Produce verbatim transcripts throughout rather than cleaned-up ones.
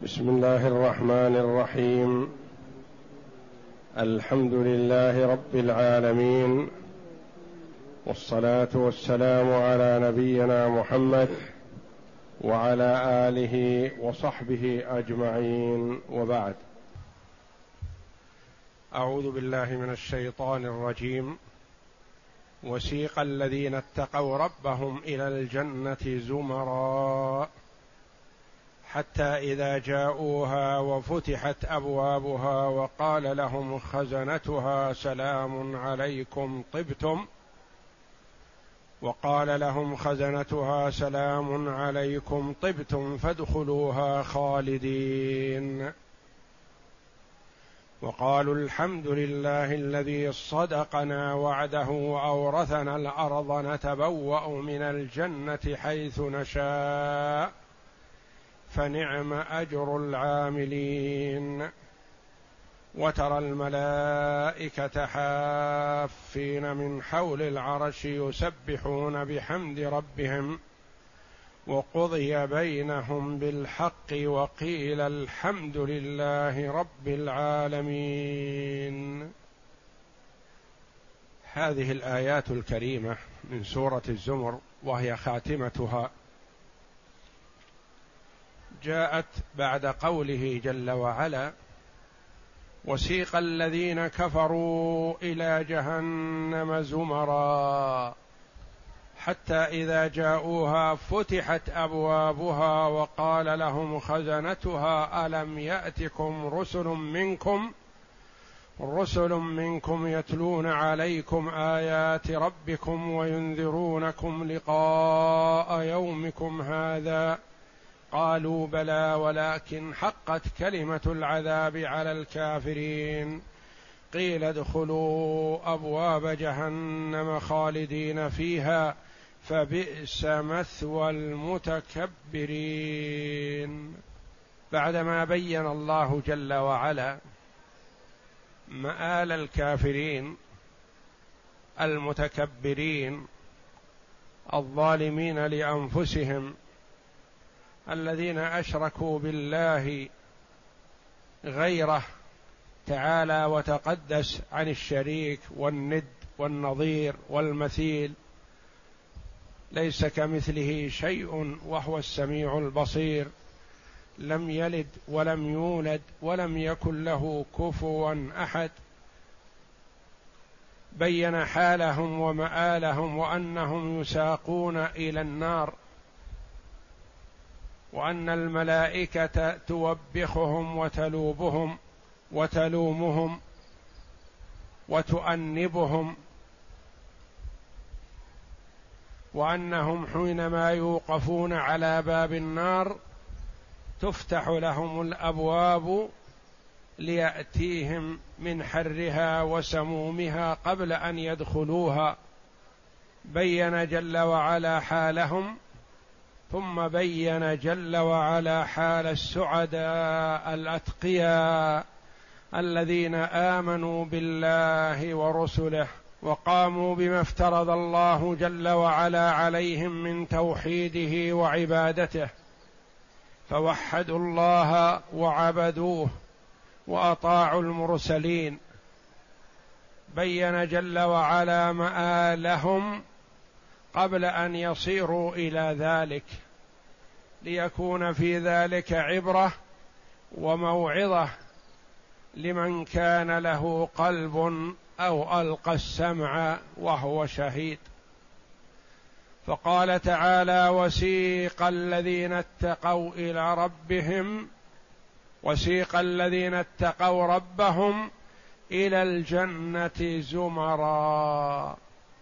بسم الله الرحمن الرحيم. الحمد لله رب العالمين، والصلاة والسلام على نبينا محمد وعلى آله وصحبه أجمعين، وبعد. أعوذ بالله من الشيطان الرجيم. وسيق الذين اتقوا ربهم إلى الجنة زمرًا حتى إذا جاءوها وفتحت أبوابها وقال لهم خزنتها سلام عليكم طبتم وقال لهم خزنتها سلام عليكم طبتم فادخلوها خالدين وقالوا الحمد لله الذي صدقنا وعده وأورثنا الأرض نتبوأ من الجنة حيث نشاء فنعم أجر العاملين. وترى الملائكة حافين من حول العرش يسبحون بحمد ربهم وقضي بينهم بالحق وقيل الحمد لله رب العالمين. هذه الآيات الكريمة من سورة الزمر وهي خاتمتها جاءت بعد قوله جل وعلا: وسيق الذين كفروا إلى جهنم زمرًا حتى إذا جاءوها فتحت أبوابها وقال لهم خزنتها ألم يأتكم رسل منكم رسل منكم يتلون عليكم آيات ربكم وينذرونكم لقاء يومكم هذا قالوا بلى ولكن حقت كلمة العذاب على الكافرين قيل ادخلوا أبواب جهنم خالدين فيها فبئس مثوى المتكبرين. بعدما بين الله جل وعلا مآل الكافرين المتكبرين الظالمين لأنفسهم الذين أشركوا بالله غيره تعالى وتقدس عن الشريك والند والنظير والمثيل، ليس كمثله شيء وهو السميع البصير، لم يلد ولم يولد ولم يكن له كفوا أحد. بين حالهم ومآلهم وأنهم يساقون إلى النار، وأن الملائكة توبخهم وتلوبهم وتلومهم وتؤنبهم، وأنهم حينما يوقفون على باب النار تفتح لهم الأبواب ليأتيهم من حرها وسمومها قبل أن يدخلوها. بين جل وعلا حالهم، ثم بين جل وعلا حال السعداء الأتقياء الذين آمنوا بالله ورسله وقاموا بما افترض الله جل وعلا عليهم من توحيده وعبادته، فوحدوا الله وعبدوه وأطاعوا المرسلين. بين جل وعلا مآلهم قبل أن يصيروا إلى ذلك، ليكون في ذلك عبرة وموعظة لمن كان له قلب أو ألقى السمع وهو شهيد. فقال تعالى: وسيق الذين اتقوا إلى ربهم وسيق الذين اتقوا ربهم إلى الجنة زمرًا.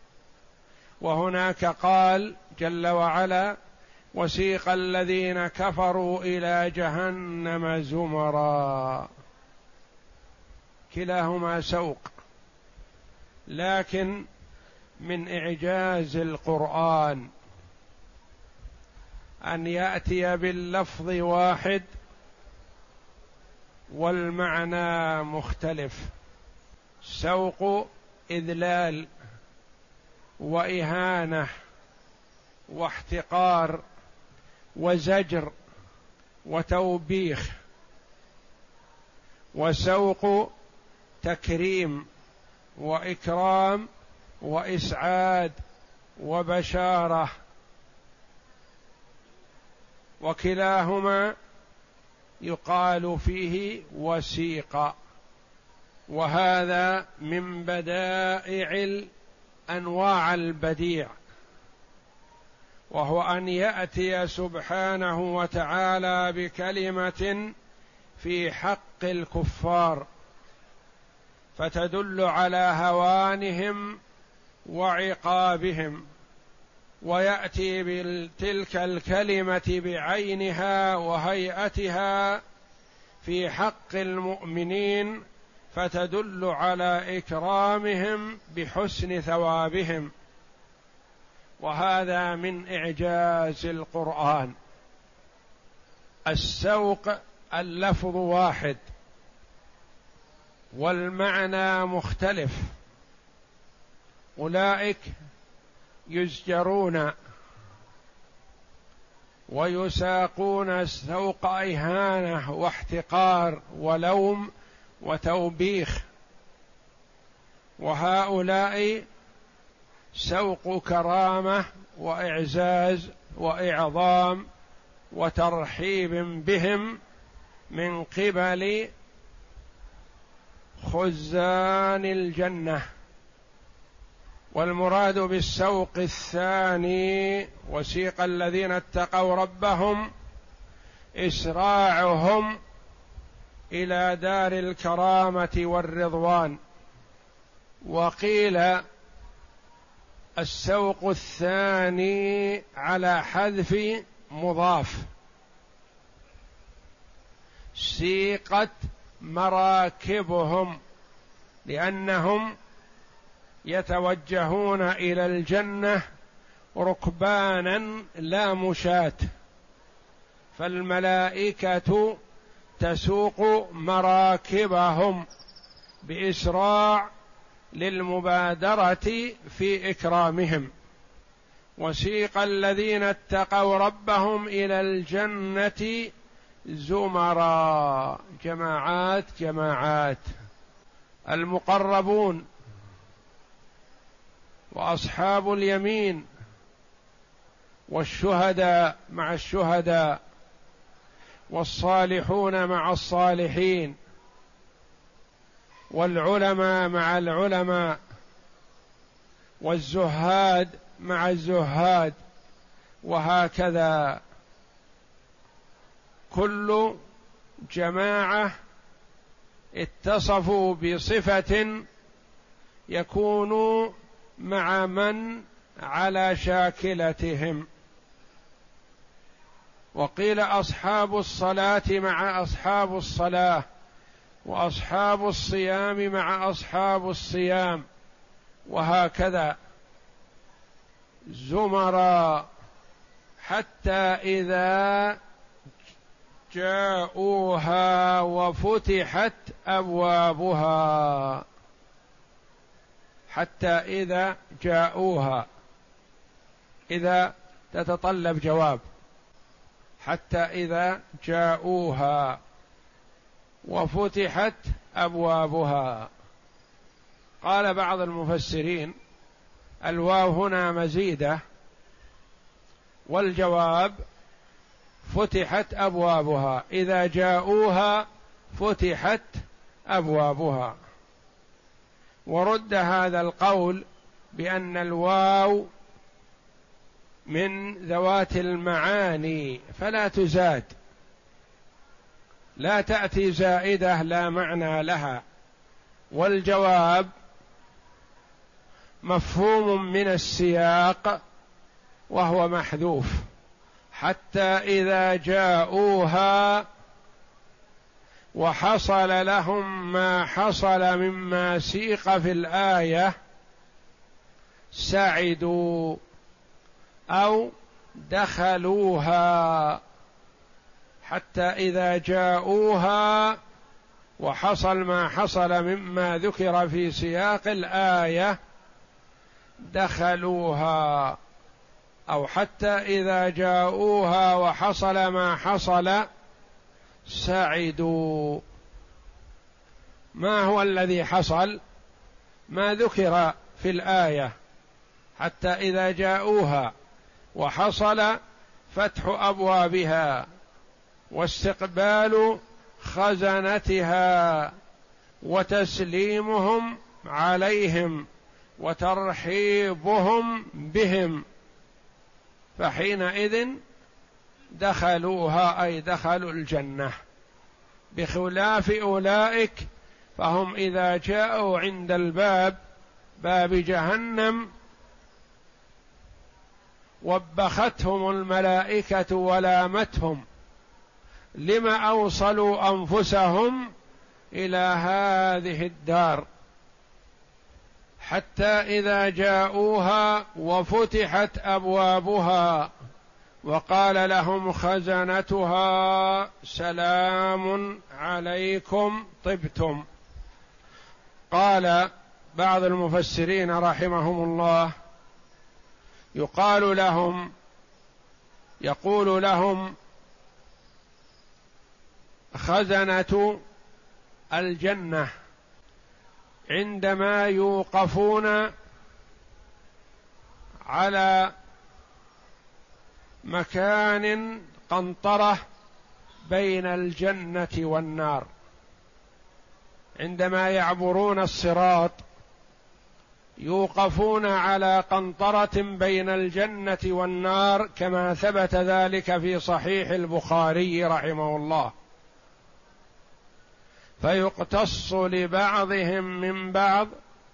وهناك قال جل وعلا: وسيق الذين كفروا إلى جهنم زمرًا. كلاهما سوق، لكن من إعجاز القرآن أن يأتي باللفظ واحد والمعنى مختلف. سوق إذلال وإهانة واحتقار وزجر وتوبيخ وسوق تكريم وإكرام وإسعاد وبشارة، وكلاهما يقال فيه وسيق. وهذا من بدائع أنواع البديع، وهو أن يأتي سبحانه وتعالى بكلمة في حق الكفار فتدل على هوانهم وعقابهم، ويأتي بتلك الكلمة بعينها وهيئتها في حق المؤمنين فتدل على إكرامهم بحسن ثوابهم. وهذا من إعجاز القرآن. السوق اللفظ واحد والمعنى مختلف. أولئك يزجرون ويساقون سوق إهانة واحتقار ولوم وتوبيخ، وهؤلاء سوق كرامة وإعزاز وإعظام وترحيب بهم من قبل خزان الجنة. والمراد بالسوق الثاني وسيق الذين اتقوا ربهم إسراعهم إلى دار الكرامة والرضوان. وقيل السوق الثاني على حذف مضاف، سيقت مراكبهم لأنهم يتوجهون إلى الجنة ركبانا لا مشاة، فالملائكة تسوق مراكبهم بإسراع للمبادرة في إكرامهم. وسيق الذين اتقوا ربهم إلى الجنة زمرا، جماعات جماعات، المقربون وأصحاب اليمين والشهداء مع الشهداء والصالحون مع الصالحين والعلماء مع العلماء والزهاد مع الزهاد، وهكذا كل جماعة اتصفوا بصفة يكونوا مع من على شاكلتهم. وقيل أصحاب الصلاة مع أصحاب الصلاة، وأصحاب الصيام مع أصحاب الصيام، وهكذا زمرا حتى إذا جاءوها وفتحت أبوابها. حتى إذا جاءوها، إذا تتطلب جواب، حتى إذا جاءوها وفتحت أبوابها. قال بعض المفسرين الواو هنا مزيدة، والجواب فتحت أبوابها، إذا جاءوها فتحت أبوابها. ورد هذا القول بأن الواو من ذوات المعاني فلا تزاد، لا تأتي زائدة لا معنى لها. والجواب مفهوم من السياق وهو محذوف، حتى إذا جاءوها وحصل لهم ما حصل مما سيق في الآية سعدوا أو دخلوها. حتى إذا جاءوها وحصل ما حصل مما ذكر في سياق الآية دخلوها، أو حتى إذا جاءوها وحصل ما حصل سعدوا. ما هو الذي حصل؟ ما ذكر في الآية حتى إذا جاءوها وحصل فتح أبوابها واستقبال خزنتها وتسليمهم عليهم وترحيبهم بهم، فحينئذ دخلوها أي دخلوا الجنة، بخلاف أولئك فهم إذا جاءوا عند الباب باب جهنم وبختهم الملائكة ولامتهم لما أوصلوا أنفسهم إلى هذه الدار، حتى إذا جاءوها وفتحت أبوابها وقال لهم خزنتها سلام عليكم طبتم. قال بعض المفسرين رحمهم الله يقال لهم يقول لهم خزنة الجنة عندما يوقفون على مكان قنطرة بين الجنة والنار، عندما يعبرون الصراط يوقفون على قنطرة بين الجنة والنار، كما ثبت ذلك في صحيح البخاري رحمه الله، فيقتص لبعضهم من بعض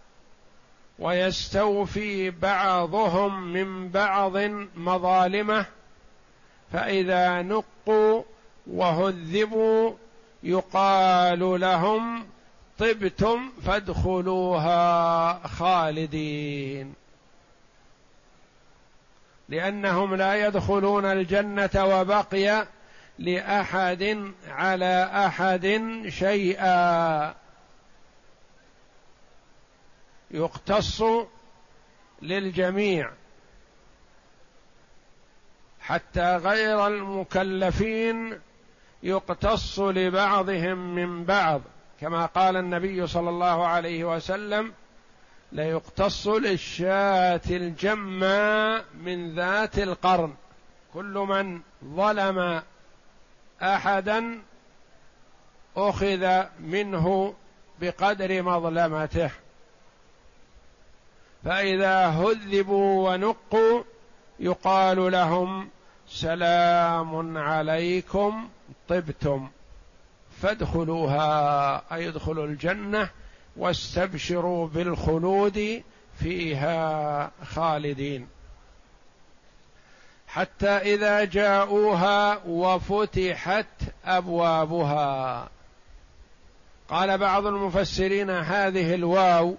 ويستوفي بعضهم من بعض مظالمه، فإذا نقوا وهذبوا يقال لهم طبتم فادخلوها خالدين، لأنهم لا يدخلون الجنة وبقي لأحد على أحد شيئا، يقتص للجميع حتى غير المكلفين يقتص لبعضهم من بعض، كما قال النبي صلى الله عليه وسلم ليقتص للشاة الجماء من ذات القرن، كل من ظلم أحدا أخذ منه بقدر مظلمته، فإذا هذبوا ونقوا يقال لهم سلام عليكم طبتم فادخلوها، أي ادخلوا الجنة واستبشروا بالخلود فيها خالدين، حتى إذا جاءوها وفتحت أبوابها. قال بعض المفسرين هذه الواو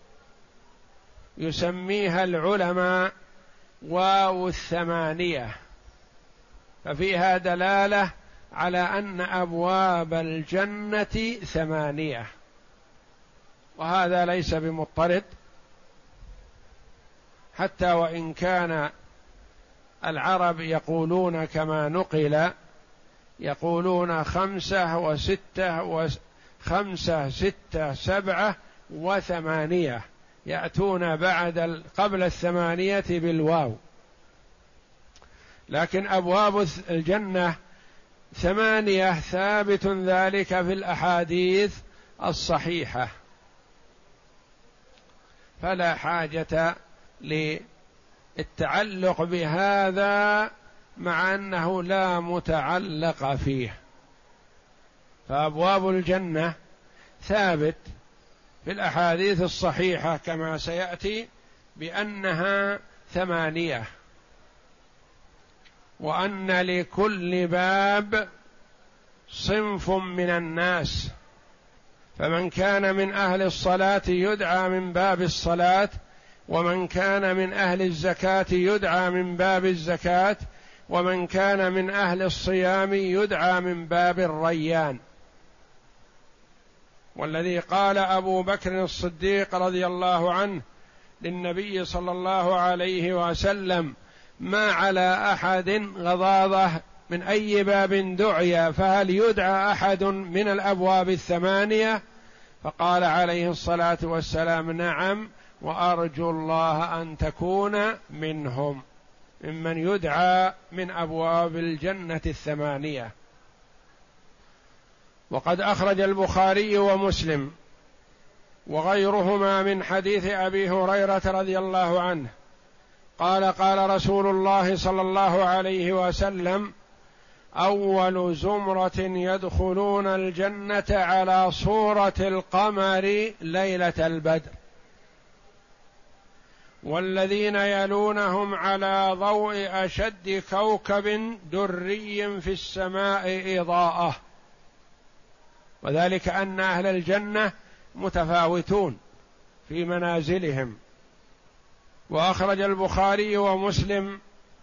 يسميها العلماء واو الثمانية، ففيها دلالة على أن أبواب الجنة ثمانية، وهذا ليس بمضطرد، حتى وإن كان العرب يقولون كما نقل يقولون خمسة وستة وخمسة ستة سبعة وثمانية، يأتون بعد قبل الثمانية بالواو، لكن أبواب الجنة ثمانية، ثابت ذلك في الأحاديث الصحيحة، فلا حاجة للتعلق بهذا مع أنه لا متعلق فيه، فأبواب الجنة ثابت في الأحاديث الصحيحة كما سيأتي بأنها ثمانية، وأن لكل باب صنف من الناس، فمن كان من أهل الصلاة يدعى من باب الصلاة، ومن كان من أهل الزكاة يدعى من باب الزكاة، ومن كان من أهل الصيام يدعى من باب الريان. والذي قال أبو بكر الصديق رضي الله عنه للنبي صلى الله عليه وسلم ما على أحد غضاضة من أي باب دعي، فهل يدعى أحد من الأبواب الثمانية؟ فقال عليه الصلاة والسلام: نعم، وأرجو الله أن تكون منهم، ممن يدعى من أبواب الجنة الثمانية. وقد أخرج البخاري ومسلم وغيرهما من حديث أبي هريرة رضي الله عنه قال: قال رسول الله صلى الله عليه وسلم: أول زمرة يدخلون الجنة على صورة القمر ليلة البدر، والذين يلونهم على ضوء أشد كوكب دري في السماء إضاءة. وذلك أن أهل الجنة متفاوتون في منازلهم. وأخرج البخاري ومسلم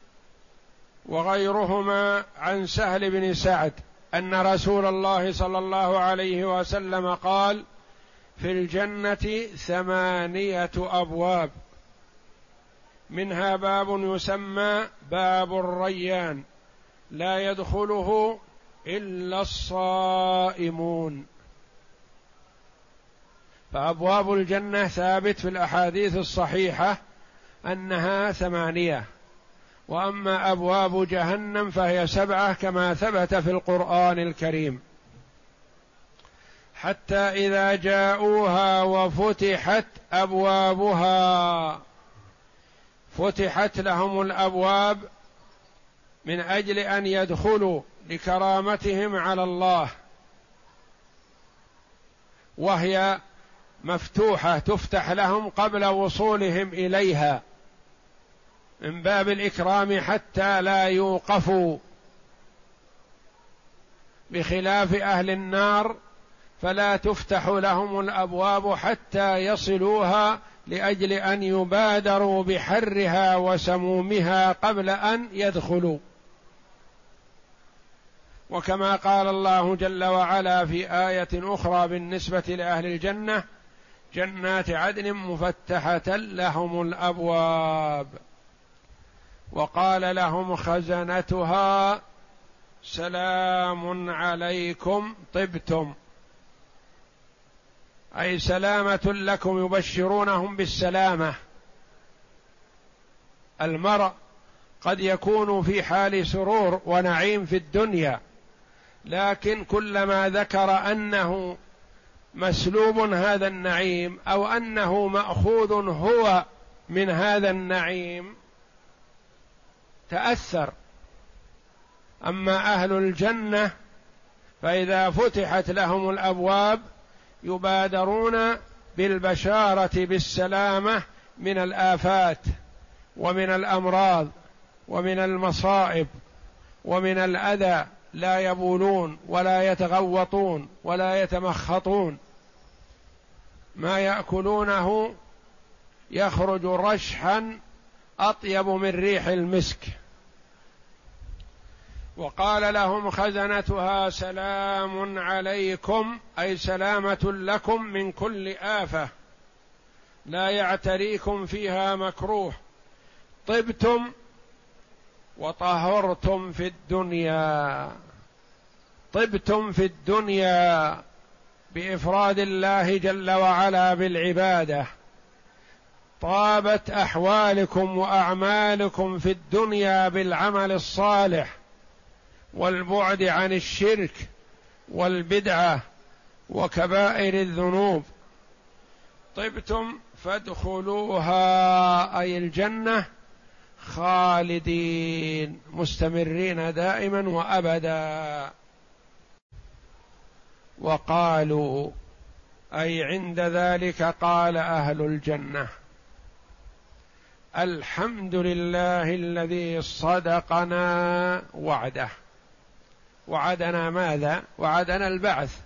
وغيرهما عن سهل بن سعد أن رسول الله صلى الله عليه وسلم قال: في الجنة ثمانية أبواب، منها باب يسمى باب الريان، لا يدخله إلا الصائمون. فأبواب الجنة ثابت في الأحاديث الصحيحة أنها ثمانية، وأما أبواب جهنم فهي سبعة كما ثبت في القرآن الكريم. حتى إذا جاءوها وفتحت أبوابها، فتحت لهم الأبواب من أجل أن يدخلوا لكرامتهم على الله، وهي مفتوحة تفتح لهم قبل وصولهم إليها من باب الإكرام حتى لا يوقفوا، بخلاف أهل النار فلا تفتح لهم الأبواب حتى يصلوها لأجل أن يبادروا بحرها وسمومها قبل أن يدخلوا. وكما قال الله جل وعلا في آية أخرى بالنسبة لأهل الجنة: جنات عدن مفتحة لهم الأبواب، وقال لهم خزنتها: سلام عليكم طبتم، أي سلامة لكم، يبشرونهم بالسلامة. المرء قد يكون في حال سرور ونعيم في الدنيا، لكن كلما ذكر أنه مسلوب هذا النعيم أو أنه مأخوذ هو من هذا النعيم تأثر. أما أهل الجنة فإذا فتحت لهم الأبواب يبادرون بالبشارة بالسلامة من الآفات ومن الأمراض ومن المصائب ومن الأذى، لا يبولون ولا يتغوطون ولا يتمخطون، ما يأكلونه يخرج رشحا أطيب من ريح المسك. وقال لهم خزنتها: سلام عليكم، أي سلامة لكم من كل آفة، لا يعتريكم فيها مكروه، طبتم وطهرتم في الدنيا. طبتم في الدنيا بإفراد الله جل وعلا بالعبادة، طابت أحوالكم وأعمالكم في الدنيا بالعمل الصالح والبعد عن الشرك والبدعة وكبائر الذنوب. طبتم فادخلوها، أي الجنة، خالدين مستمرين دائما وأبدا. وقالوا، أي عند ذلك قال أهل الجنة: الحمد لله الذي صدقنا وعده. وعدنا ماذا؟ وعدنا البعث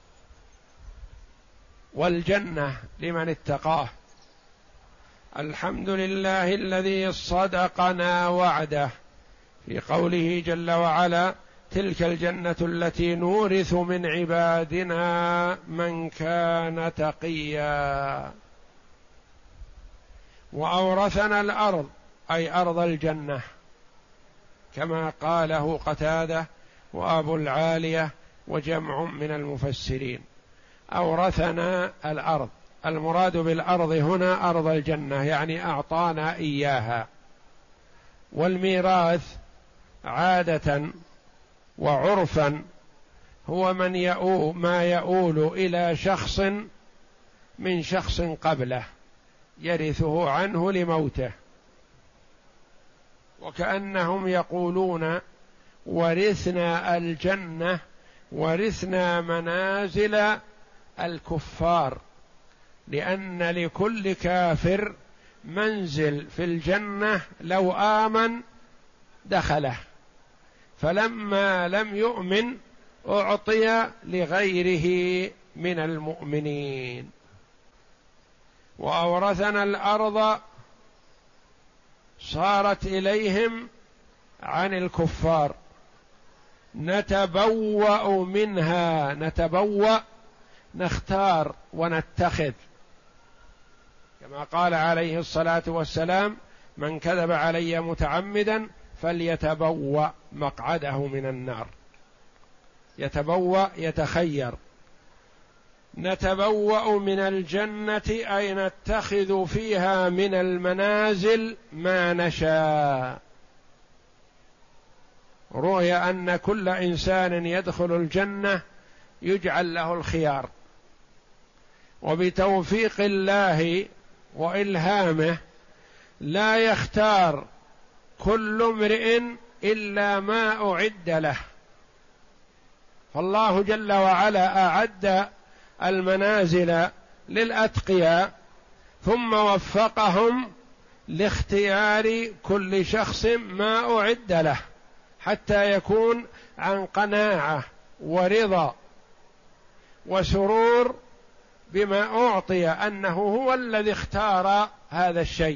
والجنة لمن اتقاه. الحمد لله الذي صدقنا وعده، في قوله جل وعلا: تلك الجنة التي نورث من عبادنا من كان تقيا. وأورثنا الأرض، أي أرض الجنة، كما قاله قتادة وأبو العالية وجمع من المفسرين. أورثنا الأرض. المراد بالأرض هنا أرض الجنة، يعني أعطانا إياها. والميراث عادة وعرفا هو من يؤول ما يؤول إلى شخص من شخص قبله يرثه عنه لموته، وكأنهم يقولون ورثنا الجنة، ورثنا منازل الكفار، لأن لكل كافر منزل في الجنة لو آمن دخله، فلما لم يؤمن أعطي لغيره من المؤمنين. وأورثنا الأرض صارت إليهم عن الكفار، نتبوأ منها، نتبوأ نختار ونتخذ، كما قال عليه الصلاة والسلام: من كذب علي متعمدا فليتبوأ مقعده من النار. يتبوأ يتخير. نتبوأ من الجنة أي نتخذ فيها من المنازل ما نشاء. روي أن كل إنسان يدخل الجنة يجعل له الخيار، وبتوفيق الله وإلهامه لا يختار كل امرئ إلا ما أعد له، فالله جل وعلا أعد المنازل للأتقياء ثم وفقهم لاختيار كل شخص ما أعد له، حتى يكون عن قناعة ورضا وسرور بما أعطي، أنه هو الذي اختار هذا الشيء.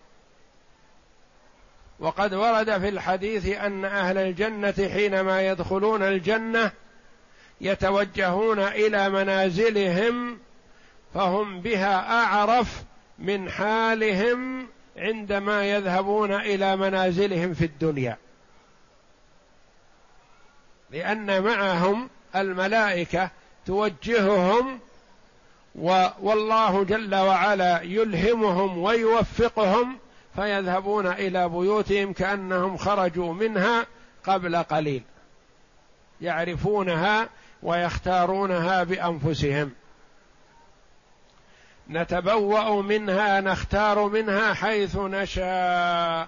وقد ورد في الحديث أن أهل الجنة حينما يدخلون الجنة يتوجهون إلى منازلهم، فهم بها أعرف من حالهم عندما يذهبون إلى منازلهم في الدنيا، لأن معهم الملائكة توجههم، والله جل وعلا يلهمهم ويوفقهم فيذهبون إلى بيوتهم كأنهم خرجوا منها قبل قليل، يعرفونها ويختارونها بأنفسهم. نتبوأ منها نختار منها حيث نشاء.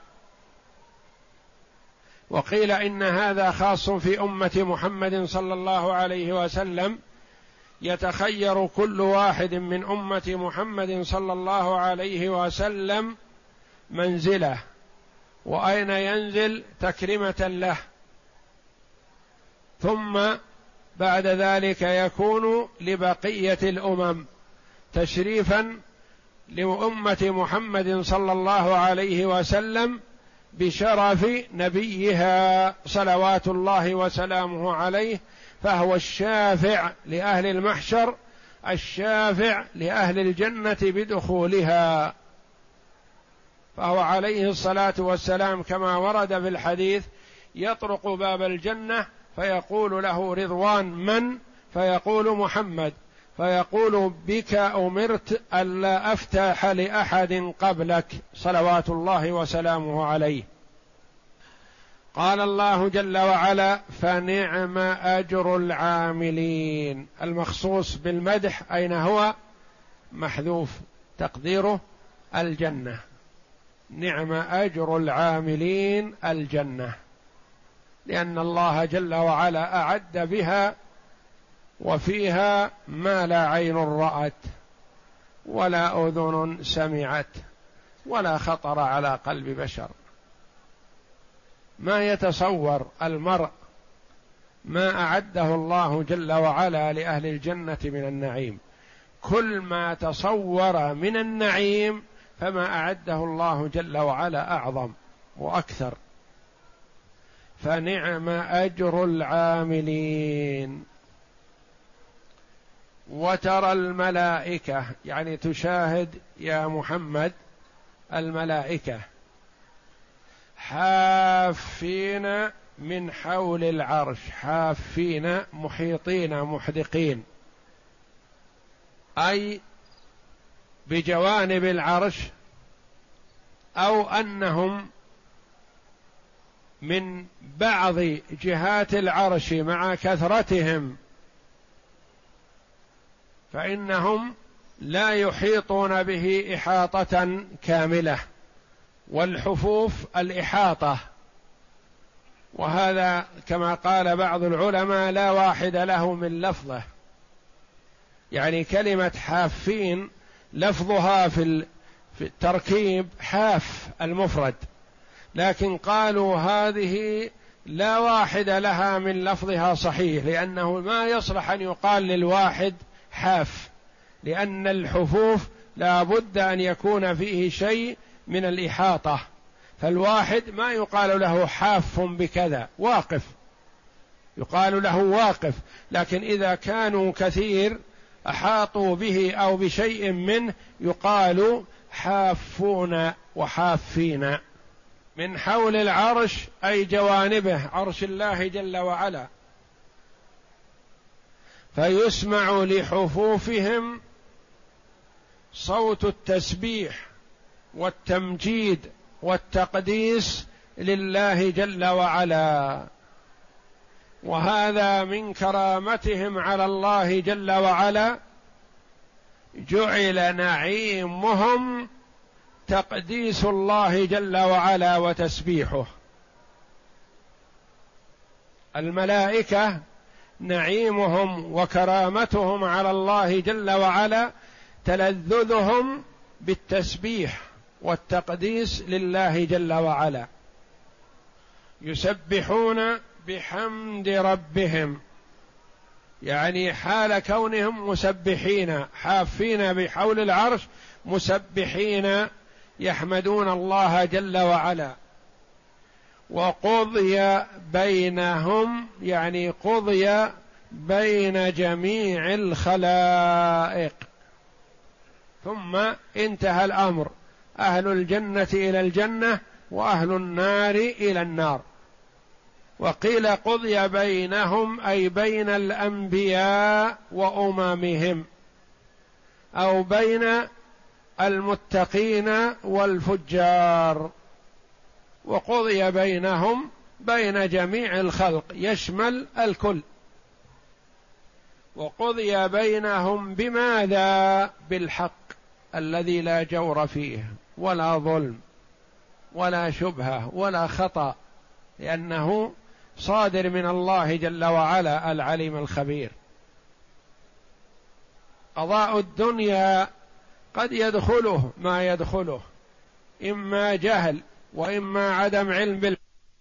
وقيل إن هذا خاص في أمة محمد صلى الله عليه وسلم، يتخير كل واحد من أمة محمد صلى الله عليه وسلم منزله وأين ينزل تكرمة له، ثم بعد ذلك يكون لبقية الأمم تشريفا لأمة محمد صلى الله عليه وسلم بشرف نبيها صلوات الله وسلامه عليه، فهو الشافع لأهل المحشر، الشافع لأهل الجنة بدخولها. فهو عليه الصلاة والسلام كما ورد في الحديث يطرق باب الجنة فيقول له رضوان من؟ فيقول محمد، فيقول بك أمرت ألا أفتح لأحد قبلك صلوات الله وسلامه عليه. قال الله جل وعلا: فنعم أجر العاملين. المخصوص بالمدح أين هو؟ محذوف تقديره الجنة. نعم أجر العاملين الجنة، لأن الله جل وعلا أعد بها وفيها ما لا عين رأت ولا أذن سمعت ولا خطر على قلب بشر. ما يتصور المرء ما أعده الله جل وعلا لأهل الجنة من النعيم، كل ما تصور من النعيم فما أعده الله جل وعلا أعظم وأكثر. فنعم أجر العاملين. وترى الملائكة، يعني تشاهد يا محمد الملائكة حافين من حول العرش، حافين محيطين محدقين أي بجوانب العرش، أو أنهم من بعض جهات العرش مع كثرتهم فإنهم لا يحيطون به إحاطة كاملة، والحفوف الإحاطة، وهذا كما قال بعض العلماء لا واحد له من لفظه، يعني كلمة حافين لفظها في التركيب حاف المفرد، لكن قالوا هذه لا واحد لها من لفظها صحيح، لأنه ما يصلح أن يقال للواحد حاف، لأن الحفوف لا بد أن يكون فيه شيء من الإحاطة، فالواحد ما يقال له حاف بكذا واقف، يقال له واقف، لكن إذا كانوا كثير أحاطوا به أو بشيء منه يقال حافون وحافين. من حول العرش أي جوانبه، عرش الله جل وعلا، فيسمع لحفوفهم صوت التسبيح والتمجيد والتقديس لله جل وعلا، وهذا من كرامتهم على الله جل وعلا، جعل نعيمهم تقديس الله جل وعلا وتسبيحه. الملائكة نعيمهم وكرامتهم على الله جل وعلا تلذذهم بالتسبيح والتقديس لله جل وعلا، يسبحون بحمد ربهم، يعني حال كونهم مسبحين حافين بحول العرش مسبحين يحمدون الله جل وعلا. وقضي بينهم، يعني قضي بين جميع الخلائق، ثم انتهى الأمر، أهل الجنة إلى الجنة وأهل النار إلى النار. وقيل قضي بينهم أي بين الأنبياء وأممهم، أو بين المتقين والفجار، وقضي بينهم بين جميع الخلق يشمل الكل. وقضي بينهم بماذا؟ بالحق الذي لا جور فيه ولا ظلم ولا شبهة ولا خطأ، لأنه صادر من الله جل وعلا العليم الخبير. قضاء الدنيا قد يدخله ما يدخله، إما جهل وإما عدم علم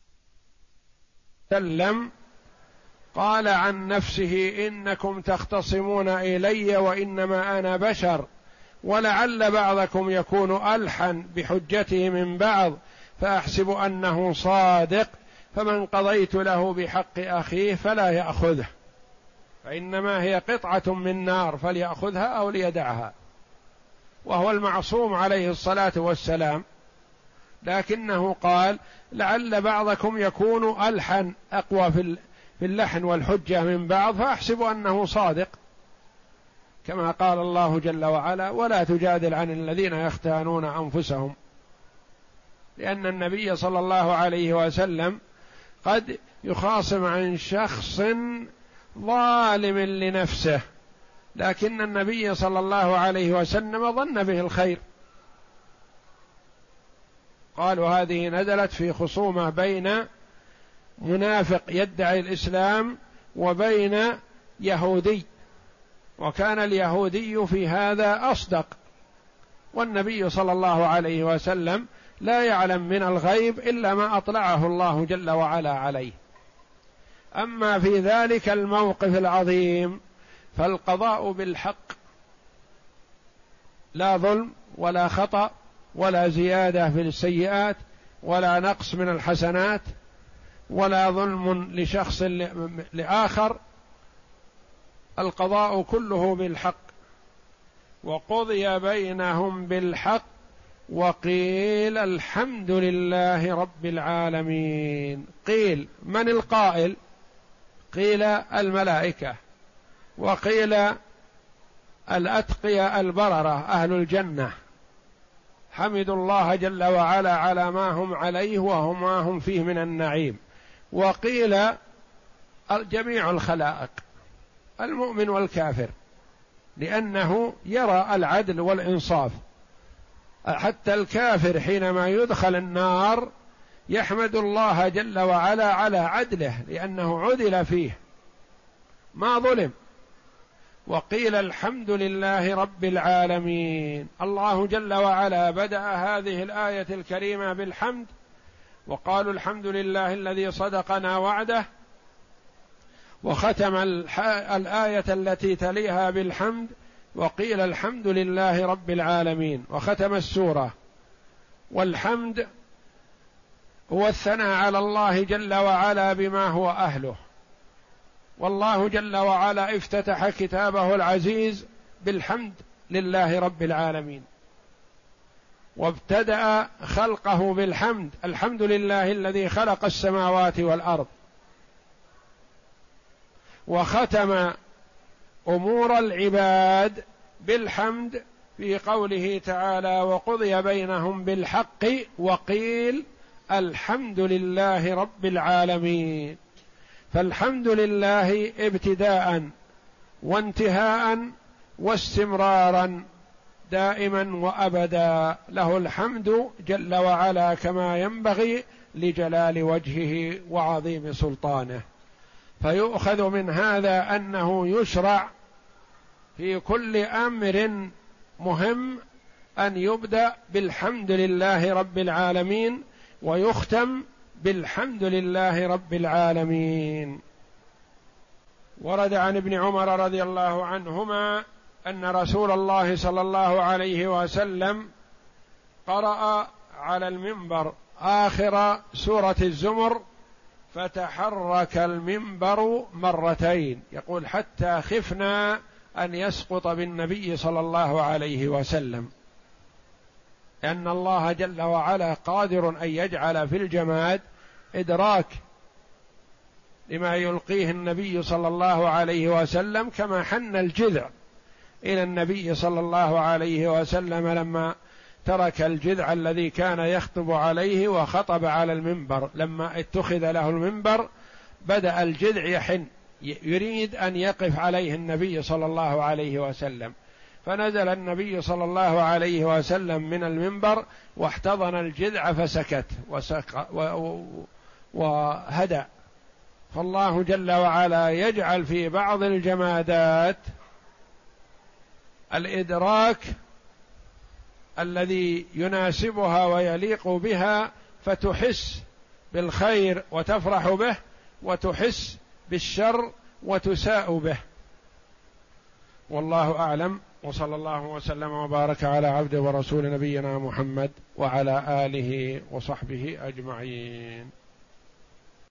بالسلم. قال عن نفسه إنكم تختصمون إلي وإنما أنا بشر، ولعل بعضكم يكون ألحن بحجته من بعض فأحسب أنه صادق، فمن قضيت له بحق أخيه فلا يأخذه، فإنما هي قطعة من نار فليأخذها أو ليدعها، وهو المعصوم عليه الصلاة والسلام. لكنه قال لعل بعضكم يكون ألحن أقوى في اللحن والحجة من بعض فأحسب أنه صادق، كما قال الله جل وعلا ولا تجادل عن الذين يختانون أنفسهم، لأن النبي صلى الله عليه وسلم قد يخاصم عن شخص ظالم لنفسه، لكن النبي صلى الله عليه وسلم ظن به الخير. قالوا هذه نزلت في خصومة بين منافق يدعي الإسلام وبين يهودي، وكان اليهودي في هذا أصدق، والنبي صلى الله عليه وسلم لا يعلم من الغيب إلا ما أطلعه الله جل وعلا عليه. أما في ذلك الموقف العظيم فالقضاء بالحق، لا ظلم ولا خطأ ولا زيادة في السيئات ولا نقص من الحسنات ولا ظلم لشخص لآخر، القضاء كله بالحق. وقضي بينهم بالحق وقيل الحمد لله رب العالمين. قيل من القائل؟ قيل الملائكة، وقيل الأتقياء البررة أهل الجنة حمدوا الله جل وعلا على ما هم عليه وهم ما هم فيه من النعيم. وقيل جميع الخلائق المؤمن والكافر، لأنه يرى العدل والإنصاف. حتى الكافر حينما يدخل النار يحمد الله جل وعلا على عدله، لأنه عدل فيه ما ظلم. وقيل الحمد لله رب العالمين. الله جل وعلا بدأ هذه الآية الكريمة بالحمد، وقالوا الحمد لله الذي صدقنا وعده، وختم الآية التي تليها بالحمد وقيل الحمد لله رب العالمين، وختم السورة. والحمد هو الثناء على الله جل وعلا بما هو أهله، والله جل وعلا افتتح كتابه العزيز بالحمد لله رب العالمين، وابتدأ خلقه بالحمد، الحمد لله الذي خلق السماوات والأرض. وختم أمور العباد بالحمد في قوله تعالى وقضي بينهم بالحق وقيل الحمد لله رب العالمين. فالحمد لله ابتداء وانتهاء واستمرارا دائما وأبدا، له الحمد جل وعلا كما ينبغي لجلال وجهه وعظيم سلطانه. فيؤخذ من هذا أنه يشرع في كل أمر مهم أن يبدأ بالحمد لله رب العالمين ويختم بالحمد لله رب العالمين. ورد عن ابن عمر رضي الله عنهما أن رسول الله صلى الله عليه وسلم قرأ على المنبر آخر سورة الزمر فتحرك المنبر مرتين، يقول حتى خفنا أن يسقط بالنبي صلى الله عليه وسلم، لأن الله جل وعلا قادر أن يجعل في الجماد إدراك لما يلقيه النبي صلى الله عليه وسلم، كما حن الجذع إلى النبي صلى الله عليه وسلم لما ترك الجذع الذي كان يخطب عليه وخطب على المنبر، لما اتخذ له المنبر بدأ الجذع يحن يريد أن يقف عليه النبي صلى الله عليه وسلم، فنزل النبي صلى الله عليه وسلم من المنبر واحتضن الجذع فسكت وسق وهدأ. فالله جل وعلا يجعل في بعض الجمادات الإدراك الذي يناسبها ويليق بها، فتحس بالخير وتفرح به، وتحس بالشر وتساء به. والله أعلم، وصلى الله وسلم وبارك على عبده ورسول نبينا محمد وعلى آله وصحبه أجمعين.